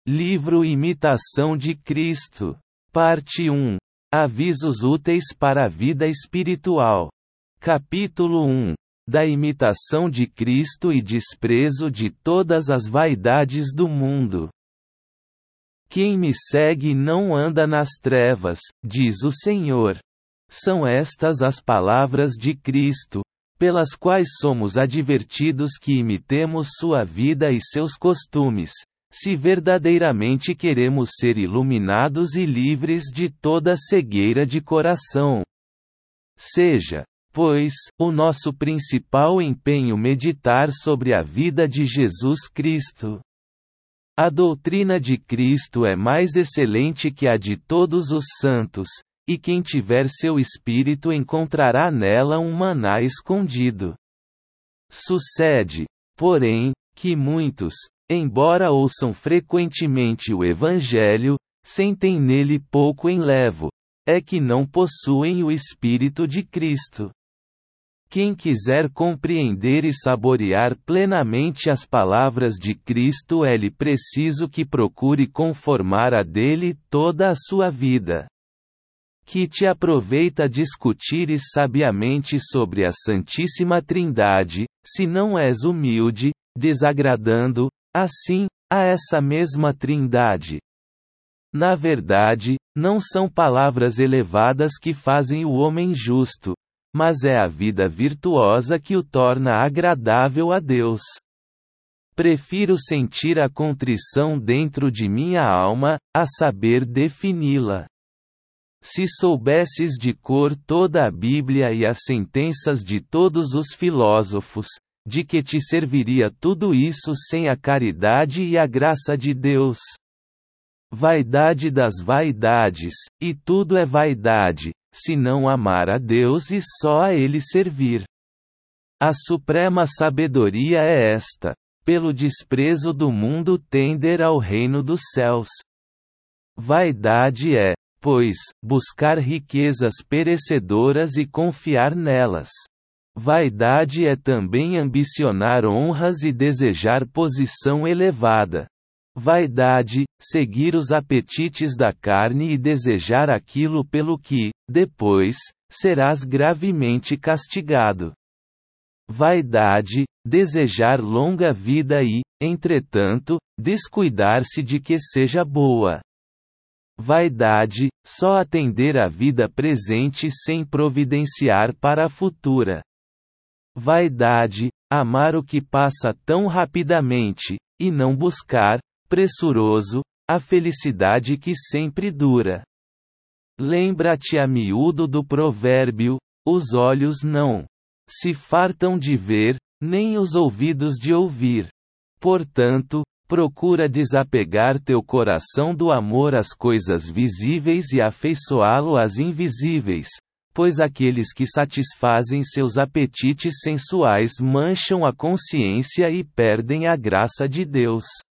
Livro Imitação de Cristo. Parte 1. Avisos úteis para a vida espiritual. Capítulo 1. Da imitação de Cristo e desprezo de todas as vaidades do mundo. Quem me segue não anda nas trevas, diz o Senhor. São estas as palavras de Cristo, pelas quais somos advertidos que imitemos sua vida e seus costumes, se verdadeiramente queremos ser iluminados e livres de toda cegueira de coração. Seja, pois, o nosso principal empenho meditar sobre a vida de Jesus Cristo. A doutrina de Cristo é mais excelente que a de todos os santos, e quem tiver seu espírito encontrará nela um maná escondido. Sucede, porém, que muitos, embora ouçam frequentemente o Evangelho, sentem nele pouco enlevo, é que não possuem o Espírito de Cristo. Quem quiser compreender e saborear plenamente as palavras de Cristo é-lhe preciso que procure conformar a dele toda a sua vida. Que te aproveita discutires sabiamente sobre a Santíssima Trindade, se não és humilde, desagradando, assim, a essa mesma Trindade. Na verdade, não são palavras elevadas que fazem o homem justo, mas é a vida virtuosa que o torna agradável a Deus. Prefiro sentir a contrição dentro de minha alma, a saber defini-la. Se soubesses de cor toda a Bíblia e as sentenças de todos os filósofos, de que te serviria tudo isso sem a caridade e a graça de Deus? Vaidade das vaidades, e tudo é vaidade, se não amar a Deus e só a Ele servir. A suprema sabedoria é esta: pelo desprezo do mundo tender ao reino dos céus. Vaidade é, pois, buscar riquezas perecedoras e confiar nelas. Vaidade é também ambicionar honras e desejar posição elevada. Vaidade, seguir os apetites da carne e desejar aquilo pelo que, depois, serás gravemente castigado. Vaidade, desejar longa vida e, entretanto, descuidar-se de que seja boa. Vaidade, só atender à vida presente sem providenciar para a futura. Vaidade, amar o que passa tão rapidamente, e não buscar, pressuroso, a felicidade que sempre dura. Lembra-te a miúdo do provérbio: os olhos não se fartam de ver, nem os ouvidos de ouvir. Portanto, procura desapegar teu coração do amor às coisas visíveis e afeiçoá-lo às invisíveis, pois aqueles que satisfazem seus apetites sensuais mancham a consciência e perdem a graça de Deus.